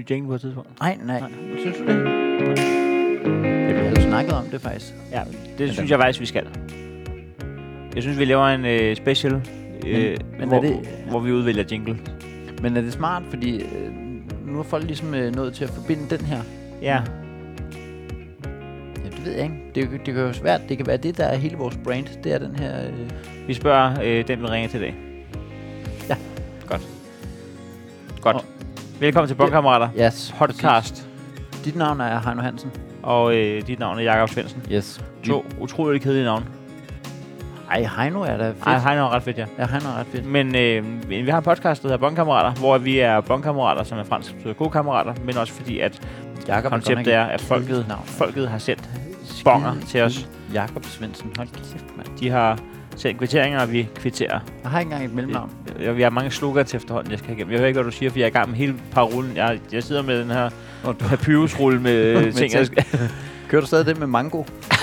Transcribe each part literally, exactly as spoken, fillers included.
jingle på et tidspunkt? Nej, nej. nej. Synes du det? Nej. Ja, vi havde snakket om det faktisk. Ja, det synes jeg faktisk, vi skal. Jeg synes, vi laver en øh, special, øh, men, men hvor, det, hvor vi udvælger jingle. Men er det smart, fordi øh, nu er folk ligesom øh, nået til at forbinde den her? Ja. Ja, det ved jeg ikke. Det, det kan jo svært. Det kan være det, der er hele vores brand. Det er den her... Øh... Vi spørger øh, den, vi ringer til i dag. Ja. Godt. Godt. Og velkommen til Bongkammerater. Yes. Podcast. Dit navn er Heino Hansen. Og øh, dit navn er Jakob Svendsen. Yes. To Vi... utroligt kedelige navn. Ej, Heino er da fedt. Ej, Heino er ret fedt, ja. Ja, Heino er ret fedt. Men øh, vi har en podcast, der hedder Bongkammerater, hvor vi er bongkammerater, som er fransk betyder gode kammerater, men også fordi, at Jacob konceptet er, at folket, folket har sendt bonger til os. Jakob Svendsen. Hold kæft, mand. De har sendt kvitteringer, og vi kvitterer. Jeg har ikke engang et mellemnavn. Jeg, vi har mange slogans til efterhånden, jeg skal igennem. Jeg hører ikke, hvad du siger, for jeg er i gang med hele parolen. Jeg, jeg sidder med den her papyrusrulle med, med ting. Jeg skal Kører du stadig det med mango?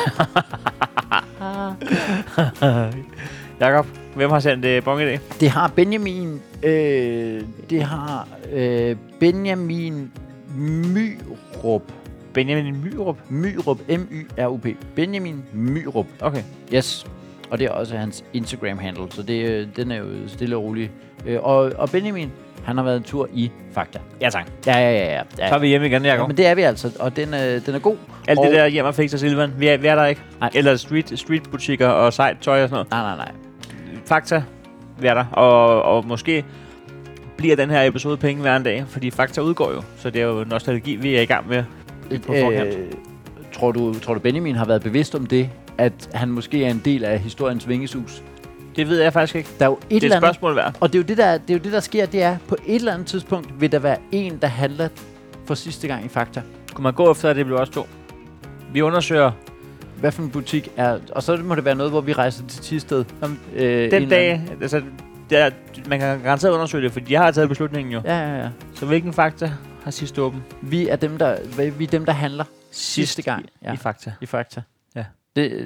Jakob, hvem har sendt uh, bong i dag? Det har Benjamin. Øh, det har øh, Benjamin Myrup. Benjamin Myrup? Myrup. M Y R U P. Benjamin Myrup. Okay. Yes. Og det er også hans Instagram-handle, så det, den er jo stille og rolig. Øh, og, og Benjamin, han har været en tur i Fakta. Ja, tak. Ja, ja, ja. ja. Så er vi hjemme igen, Jacob. Ja, men det er vi altså, og den, øh, den er god. Alt og det der hjem og fix og Silvan, vi er, vi er der ikke. Nej. Eller street, streetbutikker og sejt tøj og sådan noget. Nej, nej, nej. Fakta, vi er der. Og, og måske bliver den her episode penge hver en dag, fordi Fakta udgår jo. Så det er jo nostalgi, vi er i gang med på forhånd. Øh, tror, du, tror du, Benjamin har været bevidst om det, at han måske er en del af historiens vingesus? Det ved jeg faktisk ikke. Der er jo et det er eller et spørgsmål værd. Og det er, jo det, der, det er jo det, der sker, det er, på et eller andet tidspunkt vil der være en, der handler for sidste gang i Fakta. Kunne man gå efter, at det bliver også to? Vi undersøger... Hvad for en butik er... Og så må det være noget, hvor vi rejser til Thisted. Øh, den dag... Altså, der, man kan garanteret undersøge det, for de har taget beslutningen jo. Ja, ja, ja. Så hvilken Fakta har sidst åben? Vi er dem, der, vi er dem, der handler sidste Sidst gang. I, Ja. i Fakta. I Fakta. Ja. Det... Øh,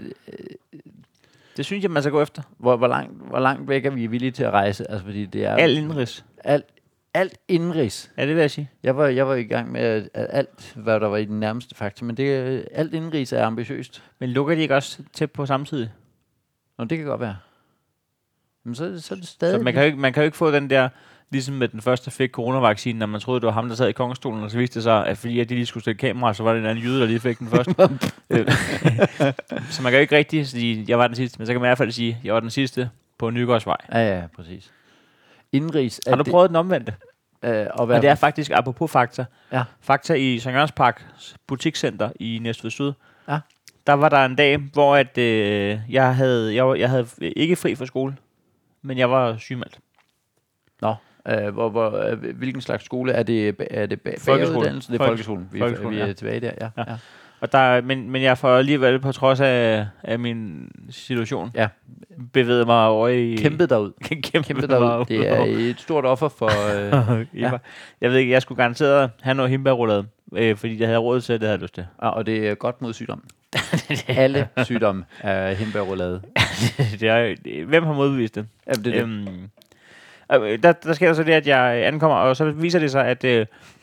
Det synes jeg, man skal gå efter. Hvor, hvor, langt, hvor langt væk er vi villige til at rejse? Altså, fordi det er... Alt indenrigs. Alt, alt indenrigs. Ja, det vil jeg sige. Jeg var, jeg var i gang med at, at alt, hvad der var i den nærmeste Fakta, men det, alt indenrigs er ambitiøst. Men lukker de ikke også tæt på samtidig? Nå, det kan godt være. Men så, så er det stadig... Så man kan, jo ikke, man kan jo ikke få den der, ligesom med den første fik coronavaccinen, når man troede, det var ham, der sad i kongestolen, og så viste det sig, at fordi at de lige skulle stille kamera, så var det en anden jyde, der lige fik den første. Så man kan jo ikke rigtig sige, jeg var den sidste, men så kan man i hvert fald sige, jeg var den sidste på Nygårdsvej. Ja, ja, præcis. Indenrigs... Har du det, prøvet den omvendte? Øh, at Og det er faktisk, apropos Fakta, ja. Fakta i Sankt Jørgens Park butikscenter i Næstved Syd. Ja. Der var der en dag, hvor at, øh, jeg, havde, jeg, var, jeg havde ikke fri fra skole, men jeg var sygemeldt. Nå, øh, hvor, hvor, øh, hvilken slags skole er det? Er det ba- bageruddannelse? Det er folkeskolen. Vi, folkeskolen, vi er ja. tilbage der, ja. Ja. ja. Og der, men, men jeg får alligevel på trods af, af min situation Ja. bevæget mig over i... Kæmpet derud. Kæmpet, Kæmpet derud. Det er et stort offer for... Øh, ja. Jeg ved ikke, jeg skulle garanteret have noget himbærrullade, øh, fordi jeg havde råd til, at det havde lyst til. ja, og det er godt mod sygdom. Alle sygdomme er hindbærrullade. det er, det, hvem har modbevist det? Jamen, det er øhm, øh, der, der sker der så det, at jeg ankommer, og så viser det sig, at, øh,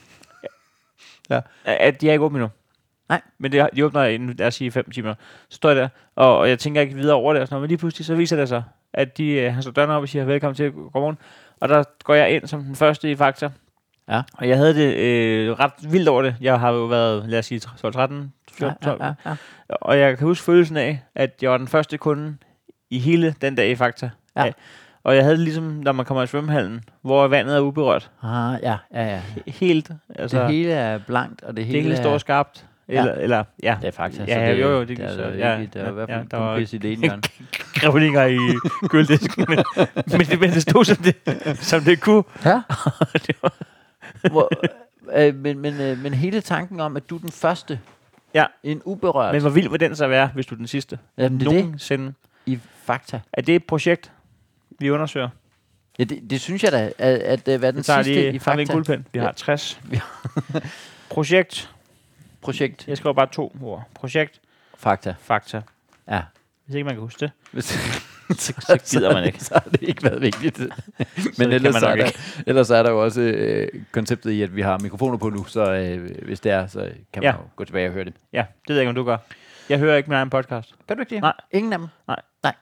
ja. at de er ikke åbne endnu. Nej. Men det, de åbner inden, lad os sige, fem timer. Så står jeg der, og, og jeg tænker ikke videre over det, og sådan noget, men lige pludselig så viser det sig, at de, øh, han står døren op og siger, velkommen til, godmorgen. Og der går jeg ind som den første i Fakta. Ja. Og jeg havde det øh, ret vildt over det. Jeg har jo været, lad os sige, tolv, tretten, fjorten, tolv. Ja, ja, ja, ja. Og jeg kan huske følelsen af, at jeg var den første kunde i hele den dag i Fakta. Ja. Og jeg havde det ligesom, når man kommer i svømmehallen, hvor vandet er uberørt. Ah, ja, ja, ja. Helt. Altså, det hele er blankt, og det det hele, hele står skarpt. Eller, Ja. eller, ja. Det er faktisk. Ja, så det, jo, jo, det, det, så, der, ja, ikke, der er i hvert ja, fald der var kun pisse i det ene hjørne. grævlinger i gulddisken, men, men, det, men det stod som det, som det kunne. Ja. Det var Hvor, øh, men, men, øh, men hele tanken om, at du er den første, Ja. en uberørt, Men hvor vild vil den så være, hvis du er den sidste? Jamen, det er det. Nogensinde. i Fakta. Er det et projekt, vi undersøger? Ja, det, det synes jeg da, at, at, at være den Vi tager sidste lige, i har vi Fakta. en guldpen? Vi Ja. har tres. Projekt. Projekt Jeg skriver bare to ord. Projekt. Fakta. Fakta. Ja. Hvis ikke man kan huske det. Hvis- så, så gider man ikke. Så har det ikke været vigtigt. Men det ellers, kan man er nok der, ikke. ellers er der jo også øh, konceptet i, at vi har mikrofoner på nu, så øh, hvis det er, så kan man Ja. jo gå tilbage og høre det. Ja, det ved jeg ikke, om du gør. Jeg hører ikke min egen podcast. Gør du ikke det? Nej. Ingen af dem? Nej. Nej.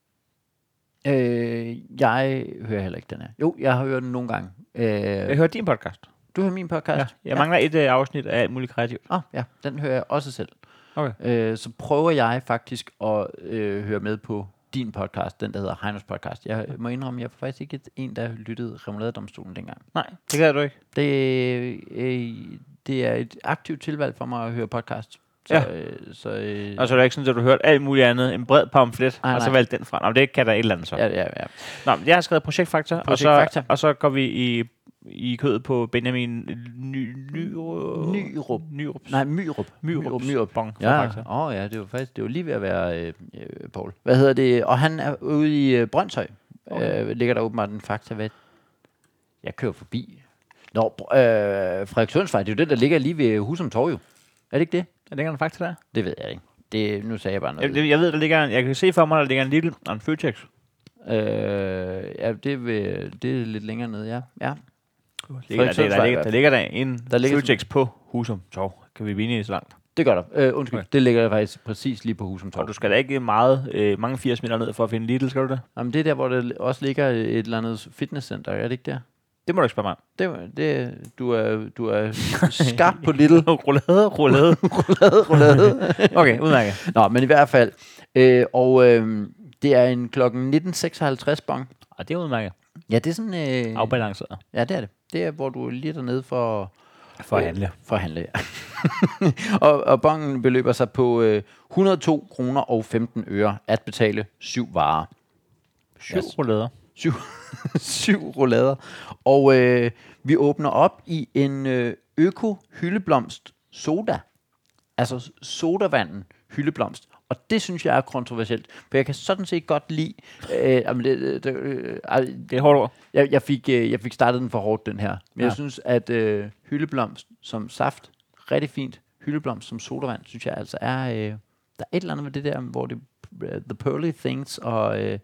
Øh, jeg hører heller ikke den her. Jo, jeg har hørt den nogle gange. Øh, Jeg hører din podcast. du hører min podcast? Ja. Jeg mangler et uh, afsnit af alt muligt kreativt. Ah, ja, den hører jeg også selv. Okay. Øh, så prøver jeg faktisk at øh, høre med på din podcast, den der hedder Heinos podcast. Jeg må indrømme, jeg var faktisk ikke et, en, der lyttede Remouladedomstolen dengang. Nej, det kan du ikke. Det, øh, det er et aktivt tilvalg for mig at høre podcast. Så, Ja. øh, så, øh, Og så er det ikke sådan, at du har hørt alt muligt andet. En bred pamflet, Nej, og så nej. valgt den fra. Nå, det kan der et eller andet så. ja, ja, ja. Nå, men jeg har skrevet projektfakta, og, Projekt så, Fakta. og så går vi i, i kødet på Benjamin Ny, Ny, Nyrup. Nyrup. Nej, Myrup. Myrup. Myrup. Bong. Ja, åh oh, ja, det var faktisk, det var lige ved at være øh, øh, Paul. Hvad hedder det? Og han er ude i øh, Brøndshøj. Okay. Øh, ligger der åbenbart en fakta ved. Jeg kører forbi. Nå, øh, Frederikssundsvej, det er jo det, der ligger lige ved Husum Torv, jo. Er det ikke det? Er det en fakta der? Det ved jeg ikke. Det, nu sagde jeg bare noget. Jeg, jeg ved, der ligger en, jeg kan se for mig, der ligger en lille en Føtex. Øh, ja, det, vil, det er lidt længere nede, ja. ja. Der ligger, der, der, ligger, der ligger der en Der ligger Føtex på Husum Torv. Kan vi blive enige så langt? Det gør der. Øh, undskyld, Okay. det ligger der faktisk præcis lige på Husum Torv. Og du skal da ikke meget, øh, mange firs meter ned for at finde Lidl, skal du det? Jamen, det er der, hvor der også ligger et eller andet fitnesscenter, er det ikke der? Det må du ikke spørge mig om. Det, var- det, du, er, du er skarp på Lidl. Roulade, roulade. Roulade, roulade. Okay, udmærket. Nå, men i hvert fald. Øh, og øh, det er en klokken nitten seksoghalvtreds bong. Og det er udmærket. Ja, det er sådan... Øh, Afbalanceret. ja, det er det. Det er, hvor du er lige dernede for... For at handle. For at handle, ja. og, og bongen beløber sig på øh, hundrede og to kroner og femten øre at betale syv varer. Syv roulader. Syv, syv roulader. Og øh, vi åbner op i en øh, øko-hyldeblomst soda. Altså sodavanden hyldeblomst. Og det synes jeg er kontroversielt. For jeg kan sådan set godt lide... Øh, jamen det, det, øh, øh, Det er hårdt ord. jeg, jeg, fik, øh, jeg fik startet den for hårdt, den her. Men ja. Ja. jeg synes, at øh, hyldeblomst som saft, rigtig fint. Hyldeblomst som sodavand, synes jeg altså er... Øh, der er et eller andet med det der, hvor det... Uh, the pearly things, og... Øh, det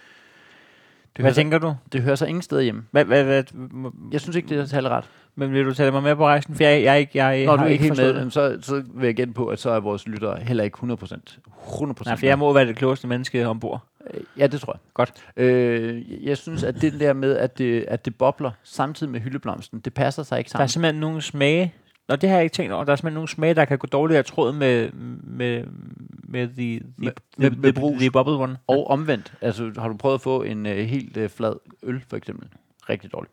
Hvad hører, tænker du? det hører sig ingen steder hjemme. Hvad, hvad, hvad, Jeg synes ikke, det er særlig ret. men vil du tage mig med på rejsen? For jeg, jeg, er ikke, jeg, Nå, har du er ikke helt forstået med, det. så, så vil jeg gætte på, at så er vores lyttere heller ikke hundrede procent. hundrede procent Nej, for jeg må være det klogeste menneske ombord. med. Ja, det tror jeg. Godt. Øh, jeg synes, at det der med, at det, at det bobler samtidig med hyldeblomsten, det passer sig ikke Der er sammen. simpelthen nogle smage. Nå, det har jeg ikke tænkt over. Der er simpelthen nogle smage, der kan gå dårligt af tråd med, med, med, the, the, Med- the, med- the, med the, brus. the bubble one. Og omvendt. Altså, har du prøvet at få en øh, helt øh, flad øl, for eksempel? Rigtig dårligt.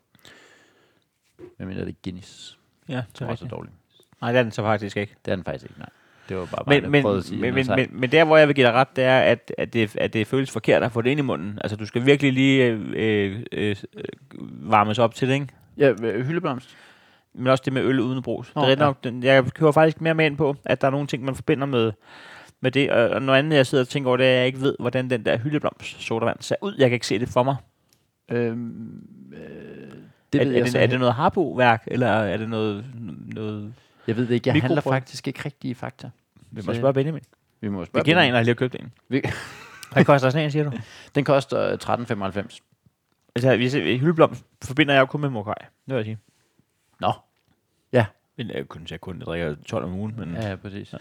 Jeg mener, det er Guinness. Ja, det Det er er også rigtigt. dårligt. Nej, det er den så faktisk ikke. Det er den faktisk ikke, nej. Det var bare mig, Men, der men, prøvede at sige men, noget men, sejt. men, men der, hvor jeg vil give dig ret, det er, at, at, det, at det føles forkert at få det ind i munden. Altså, du skal virkelig lige øh, øh, øh, varmes op til det, ikke? Ja, øh, hyldeblomst. Men også det med øl uden brus. Nå, det er rigtig ja. nok, den, jeg kører faktisk mere med ind på, at der er nogle ting, man forbinder med, med det. Og, og noget andet, jeg sidder og tænker over, det er, at jeg ikke ved, hvordan den der hyldeblomst sodavand ser ud. Jeg kan ikke se det for mig. Øhm, øh, det Er, ved er, jeg det, så er det ikke. noget harbo-værk, eller er det noget... noget Jeg ved det ikke. Jeg handler mikrobrød? faktisk ikke rigtig i Fakta. vi må Så- spørge Benjamin. Vi må Vi spørge. kender en, Benjamin. der lige har købt en. Vi- Hvad koster sådan en, siger du? Den koster tretten femoghalvfems. Altså, hvis jeg, hyldeblomst forbinder jeg jo kun med mokai. Det vil jeg sige. Nå. Men jeg kunne sige kun, jeg drikker tolv om ugen, men... Ja, ja, præcis.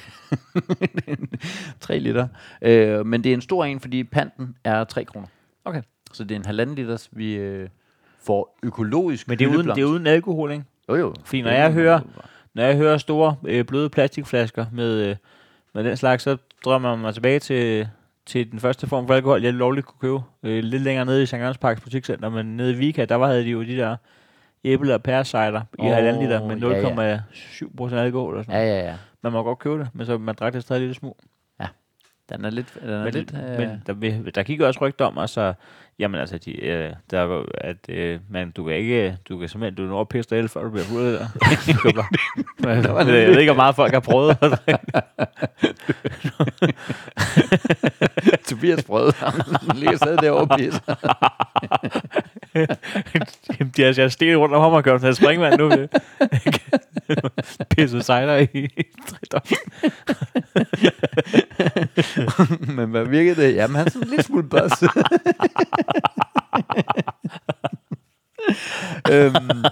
tre liter. Øh, men det er en stor en, fordi panten er tre kroner. Okay. Så det er en halvanden liters, vi øh, får økologisk Men det er, uden, hyldeblomst. det er uden alkohol, ikke? Jo, jo. Fordi når Det er jeg en- hører- Når jeg hører store øh, bløde plastikflasker med, øh, med den slags, så drømmer jeg mig tilbage til, til den første form for alkohol, jeg lovligt kunne købe. Øh, lidt længere nede i Sankt Jørgens Parks butikscenter, men nede i Vika, der var, havde de jo de der æble- og pærecider i Åh, halvanden liter med ja, nul komma syv procent alkohol. Og sådan. Ja, ja, ja. Man må godt købe det, men så man drak det stadig lidt små. Den er lidt... Den er Men, lidt det, øh, men der, vi- der gik jo også rygter om, altså, jamen altså, de, øh, der, er jo- at øh, man, du kan ikke, du kan simpelthen, du når at pisse dig ihjel, før du bliver fuld af det der. Du kan bare- Men, jeg ved ikke, hvor meget folk har prøvet. Tobias prøvede ham. Han ligger stadig derovre og pisser. Jamen, de har jeg steget rundt om ham og gjort til springvand nu. Pisset sejler i tre Men hvad virkede det? Jamen, han er sådan en lille smule buzz. øhm.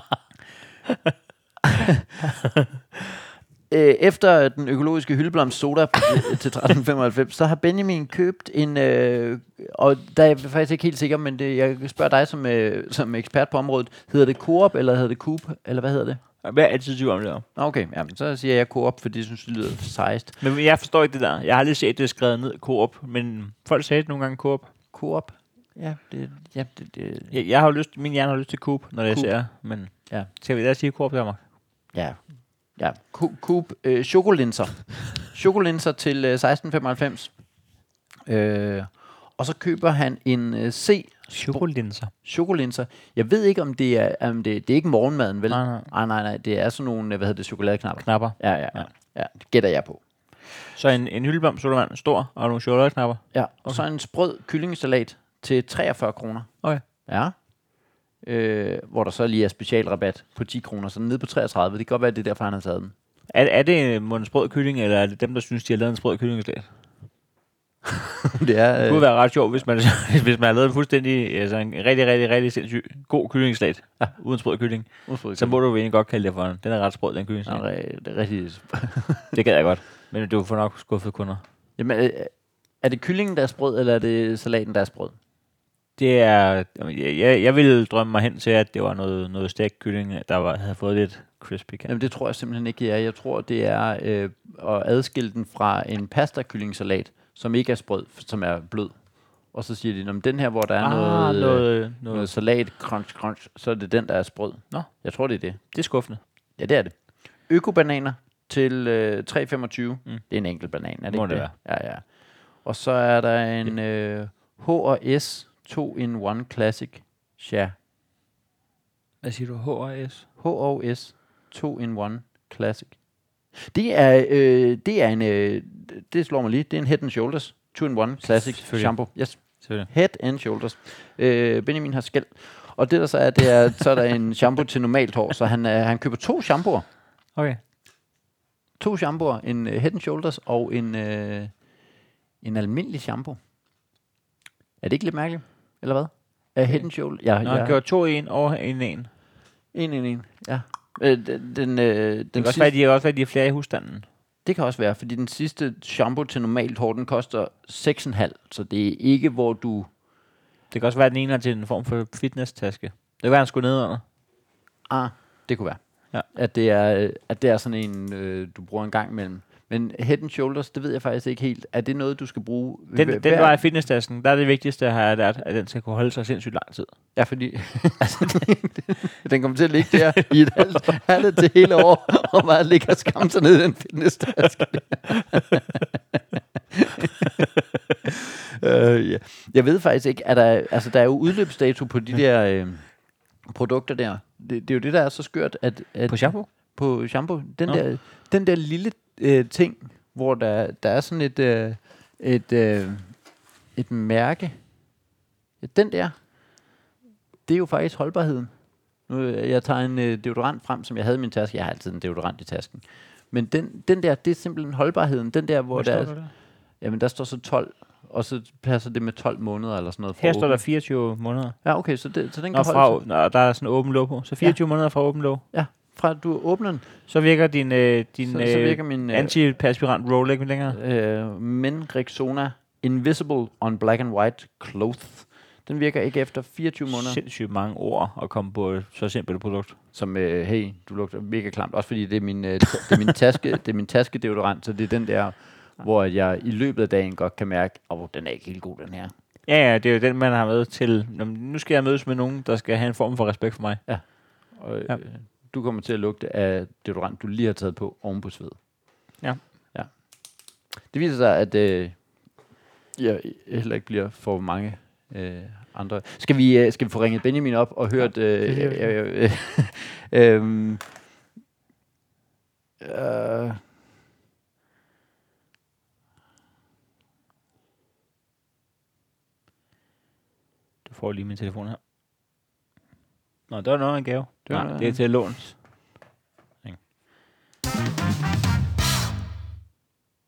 Øh, Efter den økologiske hyldeblomst soda øh, til tretten femoghalvfems, så har Benjamin købt en, øh, og der er jeg faktisk ikke helt sikker, men det, jeg spørger dig som, øh, som ekspert på området, hedder det Coop, eller hedder det Coop, eller hvad hedder det? Hvad er altid tvivl om det her? Okay, jamen, så siger jeg Coop, fordi jeg synes, det lyder sejst. Men jeg forstår ikke det der. Jeg har aldrig set det skrevet ned Coop, men folk sagde det nogle gange Coop. Coop? Ja, det... Ja, det, det. Jeg, jeg har jo lyst, min hjerne har lyst til Coop, når jeg Coop. ser, men Ja. skal vi da sige Coop, Danmark? Ja, ja. Coop, Coop øh, chokolinser. Chokolinser til øh, seksten femoghalvfems. Øh, og så køber han en øh, C. Chokolinser. Chokolinser. Jeg ved ikke, om det er... Om det, det er ikke morgenmaden, vel? Nej, nej. nej, nej, nej. Det er sådan nogle, hvad hedder det, chokoladeknapper. Knapper. Ja, ja, ja. Ja, det gætter jeg på. Så en, en hyldeblom sodavand, stor, og nogle chokoladeknapper. Ja, og okay. Så en sprød kyllingesalat til treogfyrre kroner. Okay. Ja. Øh, hvor der så lige er specialrabat på ti kroner, så nede på treogtredive. Det kan godt være, at det er derfor, han har taget den. Er, er det en sprød kylling, eller er det dem, der synes, de har lavet en sprød kyllingeslat? det er... Det kunne være ret sjovt, hvis man, hvis man har lavet en fuldstændig, altså en rigtig, rigtig, rigtig sindssyg god kyllingeslat, ja. uden sprød kylling. Så må du egentlig godt kalde det for den. Den er ret sprød, den kyllingeslat. Ja, det er rigtig... Det gad jeg godt, men du får nok skuffet kunder. Jamen, er det kyllingen, der er sprød, eller er det salaten, der er sprød? Det er... Jeg, jeg ville drømme mig hen til, at det var noget, noget stegt kylling, der var, havde fået lidt crispy. Jamen, det tror jeg simpelthen ikke, det er. Jeg tror, det er øh, at adskille den fra en pasta-kyllingsalat, som ikke er sprød, som er blød. Og så siger de, om den her, hvor der er ah, noget, noget, noget, noget salat, crunch, crunch, så er det den, der er sprød. Nå. Jeg tror, det er det. Det er skuffende. Ja, det er det. Økobananer til øh, tre femogtyve. Mm. Det er en enkelt banan, er det Må ikke det det? Være. Ja, ja. Og så er der en øh, H og S to in one Classic Share. Hvad siger du? H og S? H og S to in one Classic. Det er, øh, det er en, øh, det slår mig lige, det er en Head and Shoulders to in one Classic shampoo. Yes. Head and Shoulders. Øh, Benjamin har skæld. Og det der så er, det er, så er der en shampoo til normalt hår, så han, øh, han køber to shampooer. Okay. To shampooer, en uh, Head and Shoulders og en, øh, en almindelig shampoo. Er det ikke lidt mærkeligt? Eller hvad? Er Head and Shoulders? Ja, Nå, ja. han gjorde to i en og en en. En, en, en. Ja. Øh, den, den, øh, den det kan også være, de er også være, de er flere i husstanden. Det kan også være, fordi den sidste shampoo til normalt hår, den koster seks komma fem, så det er ikke, hvor du... Det kan også være, at den ene er til en form for fitness-taske. Det kan være, han skulle ned under. Ah, det kunne være. Ja. At, det er, at det er sådan en, øh, du bruger en gang imellem. Men Head and Shoulders, det ved jeg faktisk ikke helt. Er det noget, du skal bruge? Den, den var i fitness-tasken. Der er det vigtigste at have, at, at den skal kunne holde sig sindssygt lang tid. Ja, fordi altså, den kommer til at ligge der i et halvt, halvt til hele år, og bare ligge og skamme sig ned i den fitness-taske. øh, ja. Jeg ved faktisk ikke, er der, altså, der er jo udløbsdato på de der øh, produkter der. Det, det er jo det, der er så skørt. At, at på shampoo? På shampoo. Den, Nå. der, den der lille øh, ting, hvor der, der er sådan et, øh, et, øh, et mærke. Den der, det er jo faktisk holdbarheden. Nu, jeg tager en øh, deodorant frem, som jeg havde i min taske. Jeg har altid en deodorant i tasken. Men den, den der, det er simpelthen holdbarheden. Den der, hvor Hvad der står er... der? Jamen, der står så tolv, og så passer det med tolv måneder eller sådan noget. Her står der fireogtyve måneder. Ja, okay, så, det, så den Nå, kan fra, holde sig. Nå, der er sådan en åben låg på. Så fireogtyve ja. Måneder fra åben låg. Ja, fra du åbner den. Så virker din, øh, din Så, så virker min... Øh, antiperspirant roll ikke længere. Øh, Men Rexona Invisible on Black and White Cloth. Den virker ikke efter fireogtyve måneder. Sindssygt mange ord at komme på så simpelt et produkt. Som, øh, hey, du lugter mega klamt. Også fordi det er min, øh, det er min taske, det er min taske deodorant, så det er den der, hvor jeg i løbet af dagen godt kan mærke, åh, oh, den er ikke helt god, den her. Ja, ja, det er jo den, man har med til. Nu skal jeg mødes med nogen, der skal have en form for respekt for mig. Ja. Og, ja. Øh, du kommer til at lugte af deodorant, du lige har taget på oven på sved. Ja. Ja. Det viser sig, at øh, jeg heller ikke bliver for mange øh, andre. Skal vi, øh, skal vi få ringet Benjamin op og hørt... Øh, øh, øh, øh, øh, Du får lige min telefon her. Nå, det var noget af en gave. Det, Nej, var, det er til låns.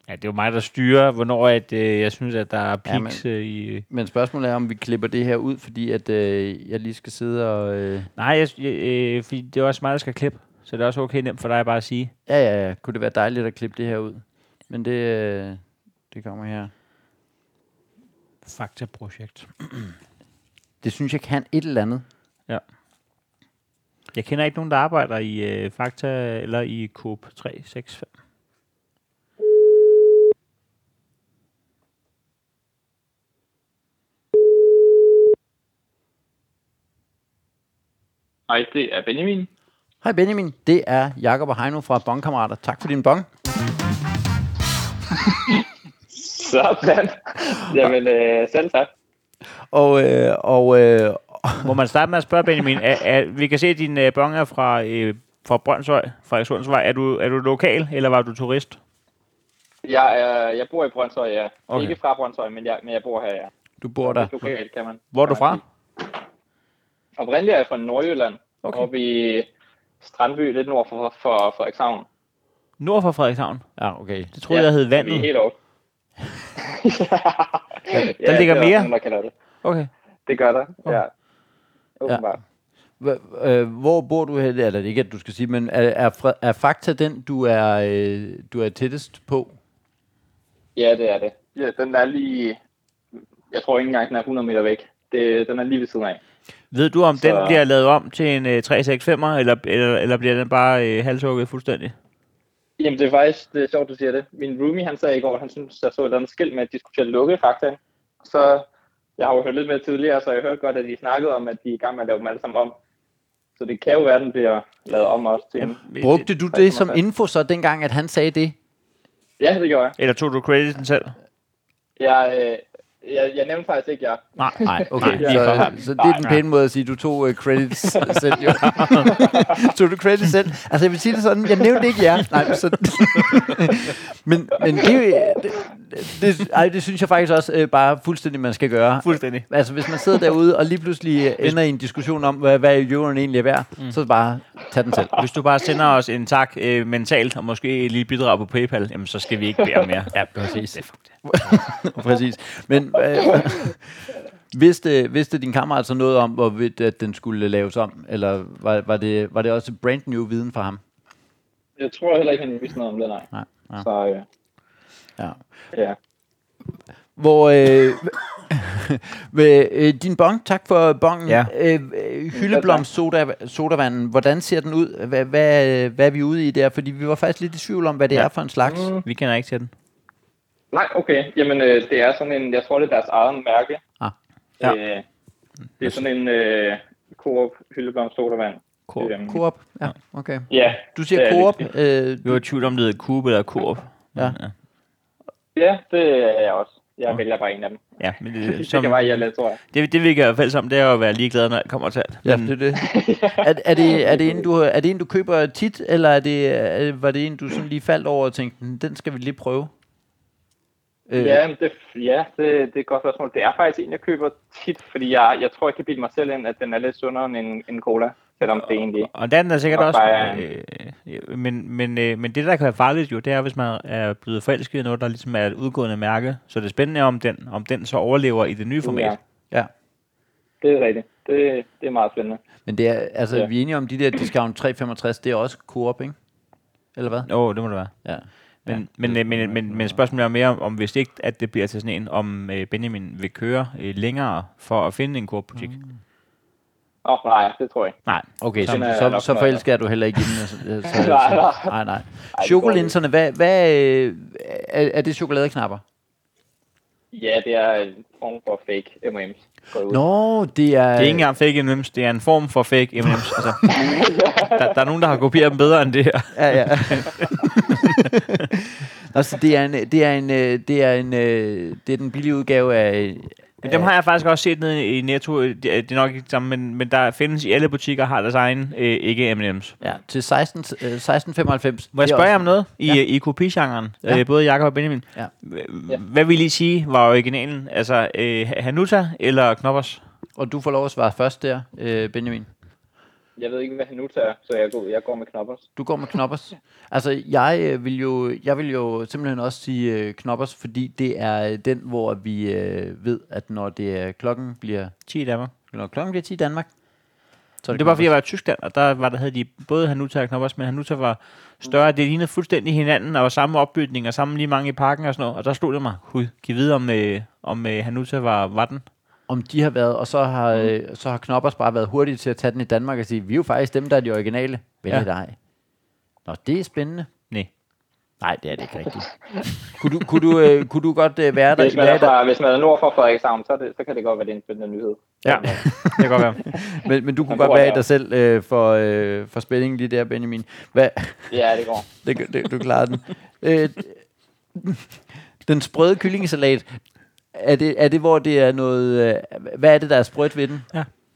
Ja, det er jo mig, der styrer, hvornår at, øh, jeg synes, at der er peaks Ja, øh, i... Men spørgsmålet er, om vi klipper det her ud, fordi at øh, jeg lige skal sidde og... Øh... Nej, jeg, jeg, øh, fordi det er også mig, der skal klippe. Så det er også okay nemt for dig bare at sige. Ja, ja, ja. Kunne det være dejligt at klippe det her ud? Men det, øh, det kommer her. Fakta-projekt. Det synes jeg kan et eller andet. Ja. Jeg kender ikke nogen, der arbejder i øh, Fakta eller i Coop tre seks fem. Hej, det er Benjamin. Hej Benjamin, det er Jakob og Heino fra Bongkammerater. Tak for din bong. Sådan. Jamen, øh, selv tak. Og, øh, og øh, Må man starte med at spørge, Benjamin? Er, er, vi kan se, at din øh, bong er fra, øh, fra Brøndshøj, fra Sundsvej. Er du, er du lokal, eller var du turist? Jeg, er, jeg bor i Brøndshøj, ja. Okay. Ikke fra Brøndshøj, men jeg, men jeg bor her, ja. du bor der. Lokalt, kan man. Hvor er du fra? Oprindeligt er jeg fra Nordjylland. Okay. Oppe i Strandby, lidt nord for, for Frederikshavn. Nord for Frederikshavn. Ja, okay. Det troede ja, jeg hed Vi er Vandet. helt oppe. Der ligger det er mere? Nogen, der kalder det. Okay. Det gør der, ja. Åbenbart. H- øh, hvor bor du her? Eller det er ikke, at du skal sige, men er, er, Fred- er Fakta den, du er, øh, du er tættest på? Ja, det er det. Ja, den er lige... Jeg tror ikke engang, den er hundrede meter væk. Det, den er lige ved siden af. Ved du, om Så- den bliver lavet om til en øh, tre seks fem'er, eller, eller, eller bliver den bare øh, halshugget fuldstændig? Jamen, det er faktisk det er sjovt, du siger det. Min roomie, han sagde i går, at han synes, jeg så et eller andet skilt med, at de skulle til at lukke Fakta. Så jeg har jo hørt lidt med tidligere, så jeg hørte godt, at de snakkede om, at de er i gang med at lave dem alle sammen om. Så det kan jo være, at den bliver lavet om også til en... Brugte du det som info så dengang, at han sagde det? Ja, det gjorde jeg. Eller tog du crediten selv? Jeg, øh, jeg, jeg nævnte faktisk ikke, ja. Nej. Nej, okay. Nej, så, så det er den pæne måde at sige, at du tog uh, credits selv. Jo. Tog du credits selv? Altså jeg vil sige det sådan, jeg nævnte ikke jer. Nej, så men, men det, er jo- det, det, ej, det synes jeg faktisk også øh, bare fuldstændig, man skal gøre. Fuldstændig. Altså hvis man sidder derude og lige pludselig ender i en diskussion om, hvad, hvad euroen egentlig er værd, mm. så bare tag den selv. Hvis du bare sender os en tak øh, mentalt, og måske et lille bidrag på PayPal, jamen så skal vi ikke bede om mere. Ja, præcis. Præcis. Men øh, vidste, vidste din kammerat så noget om, hvorvidt at den skulle laves om? Eller var, var, det, var det også brand new viden for ham? Jeg tror heller ikke, han vidste noget om det, nej. Nej. Ja. Så øh, Ja. ja. Hvor øh, ved, øh, din bong, tak for bongen. Ja. Øh, øh, hyldeblomst soda, sodavanden, hvordan ser den ud? Hvad, hvad, hvad er vi ude i der? Fordi vi var faktisk lidt i tvivl om, hvad det Ja. er for en slags. Mm. Vi kender ikke til den. Nej, okay. Jamen, øh, det er sådan en, jeg tror, det er deres eget mærke. Ah. Ja. Øh, det er sådan en øh, Coop hyldeblomst sodavand. Coop. Øhm, Coop? Ja, okay. Ja. Du siger det er Coop. lidt- Øh, Vi var i tvivl om, det hed Coop eller Coop. Ja. ja. Ja, det er jeg også. Jeg Ja. vælger bare en af dem. Ja, men det, Det som, kan være, jeg lidt, tror jeg. det, det vi kan i hvert fald sammen, det er jo at være ligeglade, når alt kommer til alt. ja, Men- det er det. er, er, det, er, det en, du, er det en, du køber tit, eller er det, er, var det en, du sådan lige faldt over og tænkte, "Hmm, den skal vi lige prøve"? Øh, Ja, men det, ja det, det er et godt spørgsmål. Det er faktisk en, jeg køber tit, fordi jeg, jeg tror, jeg kan bilde mig selv ind, at den er lidt sundere end en, en cola, selvom det egentlig Og den er sikkert Og også, bare- øh, øh, men, men, øh, men det der kan være farligt jo, det er, hvis man er blevet forelsket i noget, der ligesom er et udgående mærke. Så det er spændende, om den, om den så overlever i det nye format. Ja, ja. det er rigtigt. Det, det er meget spændende. Men det er, altså, Ja. vi er enige om, de der discount tre femogtres, det er også Coop, ikke? Eller hvad? Åh, oh, det må det være. Ja. Men, Ja, ja, men, det- men, men, men spørgsmålet er mere, om, om hvis ikke, at det bliver til sådan en, om øh, Benjamin vil køre øh, længere for at finde en Coop-butik. Mm. Åh, oh, nej, det tror jeg ikke. Nej. Okay, så, Den er så, nok så noget. forelsker du heller ikke i den. Altså, så, så, Nej, nej. nej, nej. går Chokolinserne, hvad, hvad øh, er, er det chokoladeknapper? Ja, det er en form for fake M og M's. går jeg ud. Nå, det er... Det er ikke engang fake M and M's, det er en form for fake M and M's. Altså, der, der er nogen, der har kopieret dem bedre end det her. Ja, ja. altså, det er en, det er en, øh, det er en, øh, det er den billige udgave af... Men dem har jeg faktisk også set nede i Netto. Det er, det er nok ikke det samme, men, men der findes i alle butikker, har deres egen øh, ikke M and M's. Ja, til seksten, øh, seksten femoghalvfems. Må jeg Det er spørge jer også- om noget i, Ja. ja. i kopigenren? Ja. Øh, både Jakob og Benjamin. Ja. H- Hvad vil I sige var originalen? Altså øh, Hanuta eller Knoppers? Og du får lov at svare først der, øh, Benjamin. jeg ved ikke, hvad han nu tager, så jeg går, jeg går med knoppers. Du går med knoppers. Altså, jeg øh, vil jo, jeg vil jo simpelthen også sige øh, knoppers, fordi det er øh, den, hvor vi øh, ved, at når det er klokken bliver ti i Danmark. når klokken bliver ti i Danmark, så er Det var fordi, jeg var i Tyskland, og der var, der havde de både Hanuta og Knoppers, men Hanuta var større. Det lignede fuldstændig hinanden, og var samme opbygning, og samme lige mange i parken og sådan noget. Og der stod det mig, hud, giv videre om, øh, om øh, Hanuta var, var den. om de har været, og så har, øh, så har knoppers bare været hurtige til at tage den i Danmark og sige, vi er jo faktisk dem, der er de originale. Vel Ja. ja. dig. Nå, det er spændende. Nej. Nej, det er det ikke rigtigt. kunne, du, kunne, du, øh, kunne du godt øh, være der? Hvis man, være er der? fra, hvis man er nord for Frederikshavn, så, er det, så kan det godt være, det er en spændende nyhed. Ja, det kan godt være. Men, men du kunne Han godt bor være i der. dig selv øh, for, øh, for spændingen lige der, Benjamin. Hvad? Ja, det går. det, det, du klarer den. Øh, den sprøde kyllingesalat, er det, er det, hvor det er noget... Øh, hvad er det, der er sprødt ved den?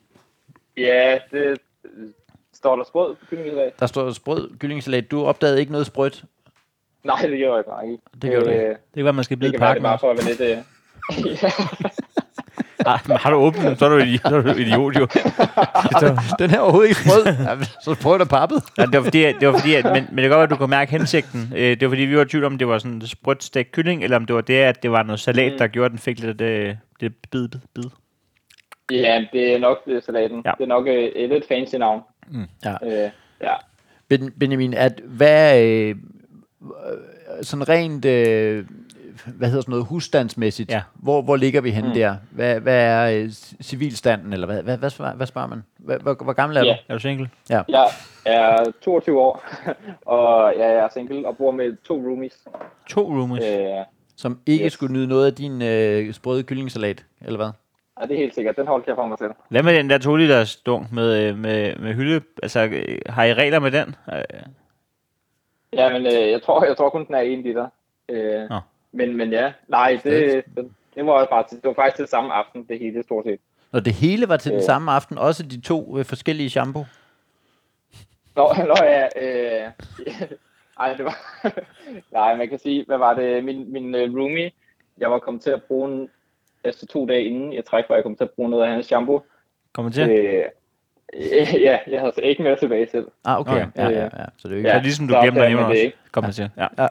Ja, det står der sprød på kyllingesalat. Der står sprød kyllingesalat. Du opdagede ikke noget sprødt. Nej, det gjorde jeg bare ikke. Det gjorde du ikke. Øh, Det kan være, man skal Det bide kan være, pakken det bare også. for at være lidt... Øh... Ah, men har du åbnet den, så er du idiot, så er du idiot jo. Så, Den her er overhovedet ikke sprød. Ja, så sprødt og pappet. ja, det var fordi, at- det var fordi at, men, men det kan godt være, at du kunne mærke hensigten. Øh, det var fordi, vi var i tvivl om, det var sådan en sprødt stegt kylling, eller om det var det, at det var noget salat, Mm. der gjorde, at den fik lidt øh, det bid, bid, bid. Ja, det er nok det er salaten. Ja. Det er nok øh, et lidt fancy navn. Ja. Øh, ja. Ben, Benjamin, at hvad øh, øh, sådan rent øh, hvad hedder sådan noget husstandsmæssigt, Ja. hvor, hvor ligger vi henne Mm. der? Hvad, hvad er øh, civilstanden, eller hvad, hvad, hvad, spørger, hvad spørger man? Hvad, hvor, hvor gammel er Ja. du? Er du single? Jeg er toogtyve år, og jeg er single og bor med to roomies. To roomies. Øh, Som ikke Yes. skulle nyde noget af din øh, sprøde kyllingesalat, eller hvad? og det er helt sikkert. Den holdt jeg for mig selv. Hvad med den der to liters dunk med, øh, med, med hylde? Altså, øh, har I regler med den? Øh, Ja, men øh, jeg tror, jeg tror kun, den er en liter. Øh, Nå. men, men ja, nej, det, det, det, var bare til, det var faktisk til samme aften, det hele stort set. Og det hele var til den Øh. samme aften, også de to øh, forskellige shampoo. Nå, nå ja, øh, ej, det var, nej, man kan sige, hvad var det, min, min uh, roomie, jeg var kommet til at bruge en, altså to dage inden jeg træk, hvor jeg kom til at bruge noget af hans shampoo. Kommer til? Øh, øh, ja, jeg havde så ikke mere tilbage selv. Ah, okay. Okay. Ja, ja, ja. Så det er jo ikke... Ja, Ja, ligesom du så glemmer opdager hjemme man det også. ikke. Kommer til. Ja. Ja.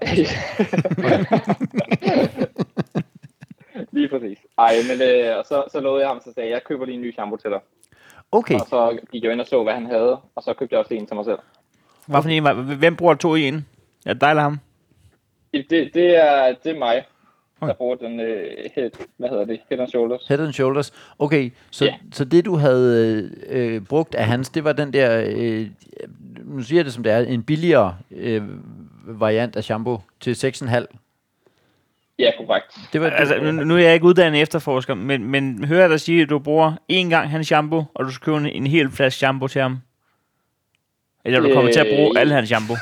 Lige præcis. Ej, men øh, og så, så lovede jeg ham, så sagde jeg, jeg køber lige en ny shampoo til dig. Okay. Og så gik jeg ind og så, hvad han havde, og så købte jeg også en til mig selv. Hvad for en var, hvem bruger to i en? Ja, dig eller ham? Det, det, er, det er mig, der Okay. bruger den, øh, head, hvad hedder det, Head and Shoulders. Head and Shoulders. Okay, så, Ja. så det du havde øh, brugt af hans, det var den der, øh, nu siger jeg det som det er, en billigere øh, variant af shampoo til seks komma fem. Ja, korrekt. Det var Altså, nu, nu er jeg ikke uddannet efterforsker, men, men hører jeg dig sige, at du bruger én gang hans shampoo, og du skal købe en, en hel flaske shampoo til ham? Eller du kommer til at bruge Øh, alle hans shampoo?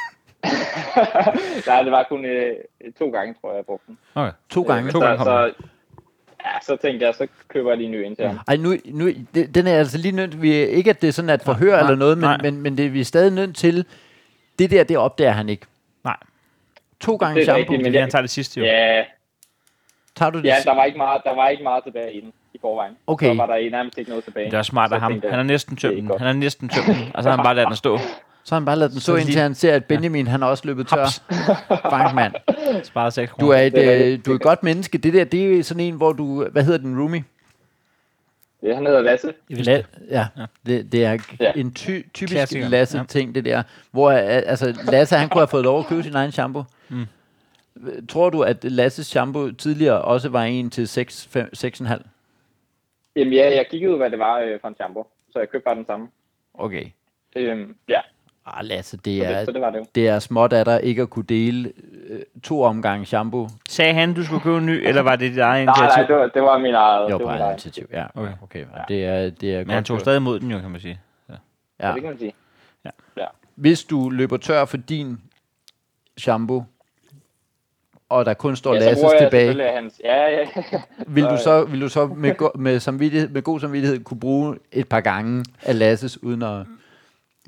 Nej, det var kun øh, to gange, tror jeg, jeg brugte den. Okay. to gange. Øh, To så, gange kom så, ja, så tænkte jeg, så køber jeg lige en ny ind til ham. Ej, nu, nu det, den er altså lige nødt, vi, ikke at det er sådan at forhør Nej, eller noget, men, nej. men, men det, vi er stadig nødt til, det der, det opdager han ikke. Nej. To gange Det er shampoo, rigtigt, Det men er, jeg, han tager det sidste jo. ja, tager du det? ja, der var ikke meget, der var ikke meget tilbage i den i forvejen. Okay. Så var der nærmest ikke noget tilbage. Det er smart Så af ham. tænkte jeg, Han har næsten det tømt er den. godt. Han har næsten tømt den, og så har han bare ladet den stå. Så har han bare ladet den Så stå, indtil lige- han ser, at Benjamin, han har også løbet tør. Bankmand. Sparet seks kroner. Du er et, Det er øh, rigtigt. du er et godt menneske. Det der, det er sådan en, hvor du, hvad hedder den, roomie? Ja, han hedder Lasse. La- ja, det, det er Ja. en ty- typisk Klassiker. Lasse-ting, det der. Hvor øh, altså, Lasse, han kunne have fået lov at købe sin egen shampoo. Mm. Tror du, at Lasses shampoo tidligere også var en til seks komma fem? Jamen ja, jeg kiggede ud, hvad det var øh, for en shampoo, så jeg købte bare den samme. Okay. Øhm, ja, Ah, Lasse, det så det, er, så det var det jo. det er småt af dig ikke at kunne dele øh, to omgange shampoo. Sagde han, du skulle købe en ny, eller var det dit eget Nej, nej, initiativ? det var, det var min eget. Det var det var bare min et eget. initiativ. Ja, Okay. okay. okay. Ja. Det er, det er Men han godt tog gjort. stadig imod den jo, kan man sige. Ja. Ja. Det kan man sige. Ja. Ja. Hvis du løber tør for din shampoo, og der kun står Ja, så Lasses bruger jeg tilbage, selvfølgelig hans... Ja, ja, ja. vil du Så, så, vil du så med, go- med, samvittighed, med god samvittighed kunne bruge et par gange af Lasses, uden at...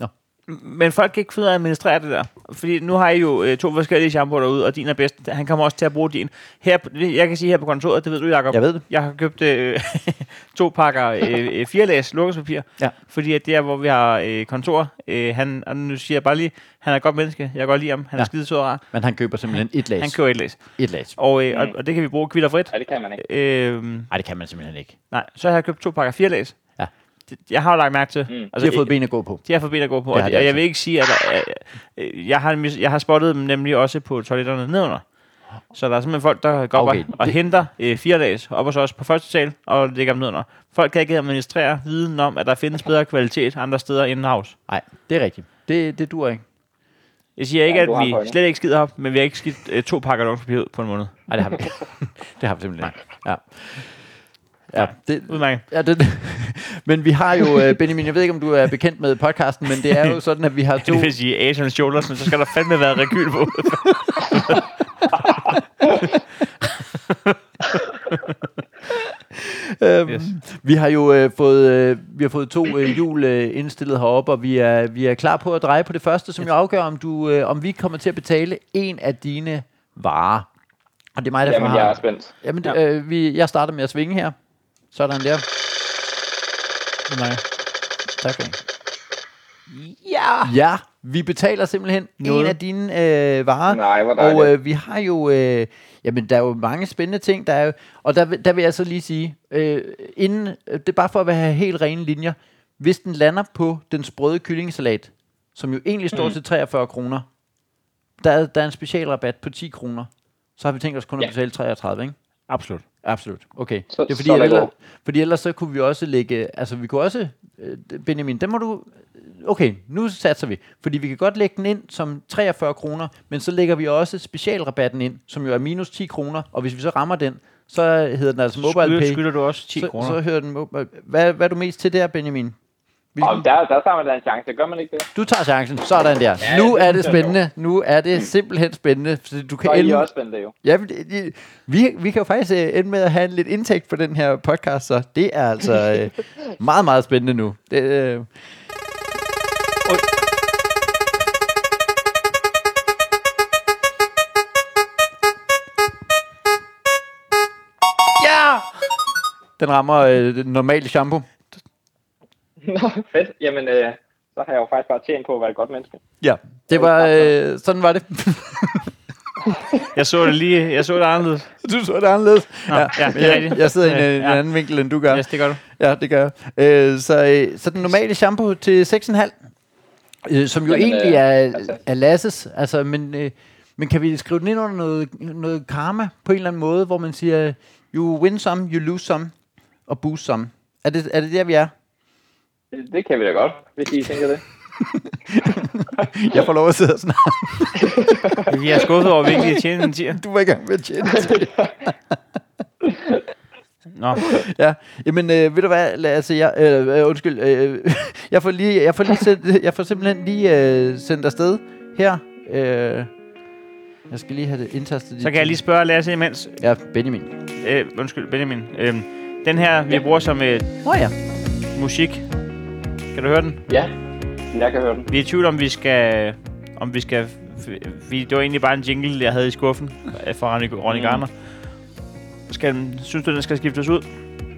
Men folk kan ikke finde ud af at administrere det der. Fordi nu har I jo øh, to forskellige shampooer derude, og din er bedst. Han kommer også til at bruge din. Her, jeg kan sige her på kontoret, det ved du, Jacob. Jeg ved det. Jeg har købt øh, to pakker øh, fire læs lukkespapir. Ja. Fordi at det er, hvor vi har øh, kontor. Øh, han, og nu siger jeg bare lige, han er et godt menneske. Jeg kan godt lide ham. Han Ja. er skide sød og rar. Men han køber simpelthen et læs. Han køber et læs. Et læs. Og, øh, og, Mm. og det kan vi bruge kvillerfrit. Ja, det kan man ikke. Øh, Nej, det kan man simpelthen ikke. nej, så har jeg købt to pakker fire læs. Ja. Det, jeg har jo lagt mærke til. Mm. De har fået ben at gå på. De har fået ben at gå på, Det og, har det, de og jeg altså. vil ikke sige, at der, øh, øh, jeg, har, mis- jeg har spottet dem nemlig også på toiletterne nedenunder. Så der er simpelthen folk, der går Okay, okay, og det- henter øh, fire dages op hos os på første sal og lægger dem nedenunder. Folk kan ikke administrere viden om, at der findes bedre kvalitet andre steder in-house. Nej, det er rigtigt. Det, det duer ikke. Jeg siger ikke, Ja, at du har en vi pointe. slet ikke skider op, men vi har ikke skidt øh, to pakker lukkespapir ud på en måned. Nej, det har vi ikke. Det har vi simpelthen ikke. Ja. Ja, det, Udmærket. ja, det, men vi har jo, øh, Benjamin, jeg ved ikke, om du er bekendt med podcasten, men det er jo sådan, at vi har to... Det vil sige Asian Shoulders, men så skal der fandme være rekyl på. Øhm, Yes. Vi har jo øh, fået, øh, vi har fået to øh, hjul øh, indstillet heroppe, og vi er, vi er klar på at dreje på det første, som jo afgør, om, du, øh, om vi kommer til at betale en af dine varer. Og det er mig, der Jamen, har... jeg er spændt. Jamen, det, øh, vi, jeg starter med at svinge her. Sådan der. Udmærket. Tak for det. Ja! Ja, vi betaler simpelthen Noget. en af dine øh, varer. Nej, hvor Og dejligt. øh, vi har jo, øh, jamen der er jo mange spændende ting, der er jo, og der, vil- der vil jeg så lige sige, øh, inden, øh, det er bare for at have helt rene linjer, hvis den lander på den sprøde kyllingesalat, som jo egentlig står Mm. mm. til treogfyrre kroner, der er, der er en specialrabat på ti kroner, så har vi tænkt os kun at Ja. betale treogtredive, ikke? Absolut. Absolut. Okay. Så- det er fordi, så er der ellers, god. fordi ellers så kunne vi også lægge, altså vi kunne også, øh, Benjamin, den må du, okay, nu satser vi, fordi vi kan godt lægge den ind som treogfyrre kroner, men så lægger vi også specialrabatten ind, som jo er minus ti kroner, og hvis vi så rammer den, så hedder den altså Mobile Skylder, Pay. skylder du også ti så, kroner. så hører den mobile. Hvad, hvad er du mest til der, Benjamin? Hvilken? Og der, der tager man da en chance. Gør man ikke det? Du tager chancen. Sådan der. Ja, Nu det er det synes jeg spændende. Nu er det simpelthen spændende. Så du kan Så er I ende- også spændte jo. Ja, men det- det- vi, vi kan jo faktisk øh, ende med at have en lidt indtægt på den her podcast, så det er altså øh, meget, meget spændende nu. Det, øh. Ja! Den rammer øh, den normale shampoo. Nå, fedt. Jamen, øh, så har jeg jo faktisk bare tjent på at være et godt menneske. Ja, det var, øh, sådan var det. Jeg så det lige, jeg så det anderledes. Du så det anderledes. Nå, ja, det er jeg, rigtigt. jeg sidder i en, Ja, en ja. anden vinkel, end du gør. Yes, det gør du. Ja, det gør jeg. Øh, så, øh, så den normale shampoo til seks komma fem, øh, som jo Jamen, egentlig øh, er, altså. er Lasses, altså, men, øh, men kan vi skrive den ind under noget, noget karma på en eller anden måde, hvor man siger, you win some, you lose some, og boost some. Er det, er det der, vi er? Det, det kan vi da godt, hvis I tænker det. Jeg får lov at sidde og snakke. Vi er skuffet over, at vi ikke lige tjene en tier. Du var i gang med at tjene til. Nå, Ja, jamen øh, ved du hvad, lad, altså jeg, øh, øh, undskyld, øh, jeg får lige, jeg får lige sendt, jeg får simpelthen lige øh, sendt afsted her. Øh, jeg skal lige have det indtastet. så kan jeg lige spørge Lasse imens. Ja, Benjamin. Øh, undskyld, Benjamin. Øh, den her, vi bruger som øh, Åh oh, ja. musik. Kan du høre den? Ja, jeg kan høre den. Vi er i tvivl om, vi skal... Om vi skal... Vi, det var egentlig bare en jingle, jeg havde i skuffen øh, fra Ronny, Ronny Mm. Garner. Skal den, synes du, den skal skiftes ud?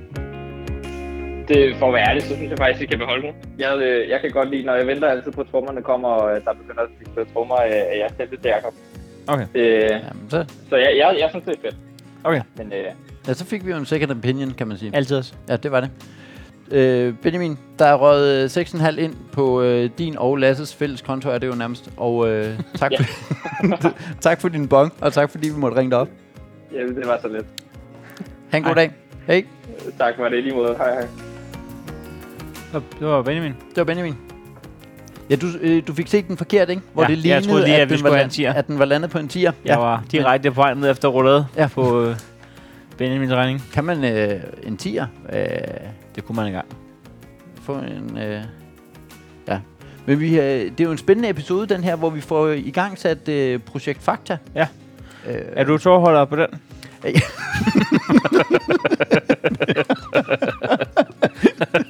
Det, for at være ærlig, så synes jeg faktisk, at I kan beholde den. Jeg, øh, jeg kan godt lide, når jeg venter altid på, at trommerne kommer, og øh, der begynder at blive spillet trommer af af jer selv til Jacob. Okay. Øh, Jamen, så, så jeg, jeg, jeg synes, det er fedt. Okay. Men øh, ja, så fik vi jo en second opinion, kan man sige. Altid også. Ja, det var det. Øh, Benjamin, der er røget seks komma fem ind på øh, din og Lasses fælles konto, er det jo nærmest. Og øh, tak, Ja. for, tak for din bong, og tak fordi vi måtte ringe dig op. ja, det var så lidt. Ha' en god Hej. dag. Hej. Tak for det i lige måde. Hej, hej. Det var Benjamin. Det var Benjamin. Ja, du, øh, du fik set den forkert, ikke? Hvor Ja, det jeg lignede, troede lige, at vi den skulle var have land- en tier. at den var landet på en tier. Jeg var direkte på vej ned efter roulade Ja. på øh, Benjamins regning. Kan man øh, en tier øh, Det kunne man engang. få en... Øh, ja. Men vi, øh, det er jo en spændende episode, den her, hvor vi får i gang sat øh, Projekt Fakta. Ja. Øh, Er du tårholder på den?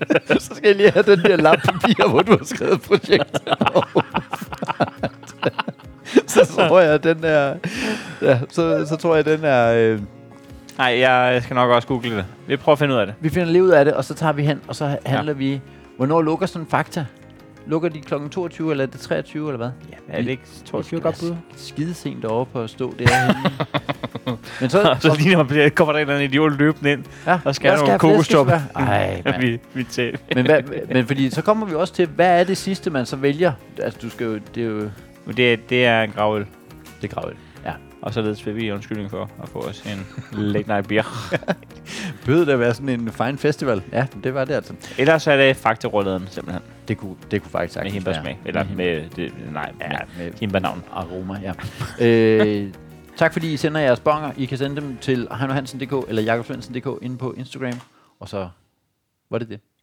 Så skal jeg lige have den der lap papir, hvor du har skrevet projektet. Så tror jeg, at den er... Ja, så, så tror jeg, at den er... Øh, Nej, jeg skal nok også google det. Vi prøver at finde ud af det. vi finder lige ud af det, og så tager vi hen, og så handler ja. vi... Hvornår lukker sådan Fakta? Lukker de klokken toogtyve, eller er det treogtyve, eller hvad? Ja, er det ikke toogtyve godt bud? Skide sent deroppe på at stå derhenne. Men så... så lige når man kommer der en eller anden idiot løbende ind, ja, og skal have nogle kokostop. Ej, mand. vi, vi tager. men, hvad, men fordi så kommer vi også til, hvad er det sidste, man så vælger? Altså, du skal jo... Det er jo... Det, er- det er en gravøl. Det er gravel. Ja. Og således vil vi undskyldning for at få os en late night beer. Bøde det at være sådan en fine festival? Ja, det var det altså. Ellers er det faktarulladen simpelthen. Det kunne, det kunne faktisk Med sagtens hindbærsmag. Eller Med med, det, nej, Ja, ja, med hindbærnavn. aroma, ja. øh, tak fordi I sender jeres bonger. I kan sende dem til heino hansen punktum d k eller jakobsvendsen punktum d k inde på Instagram. Og så var det det.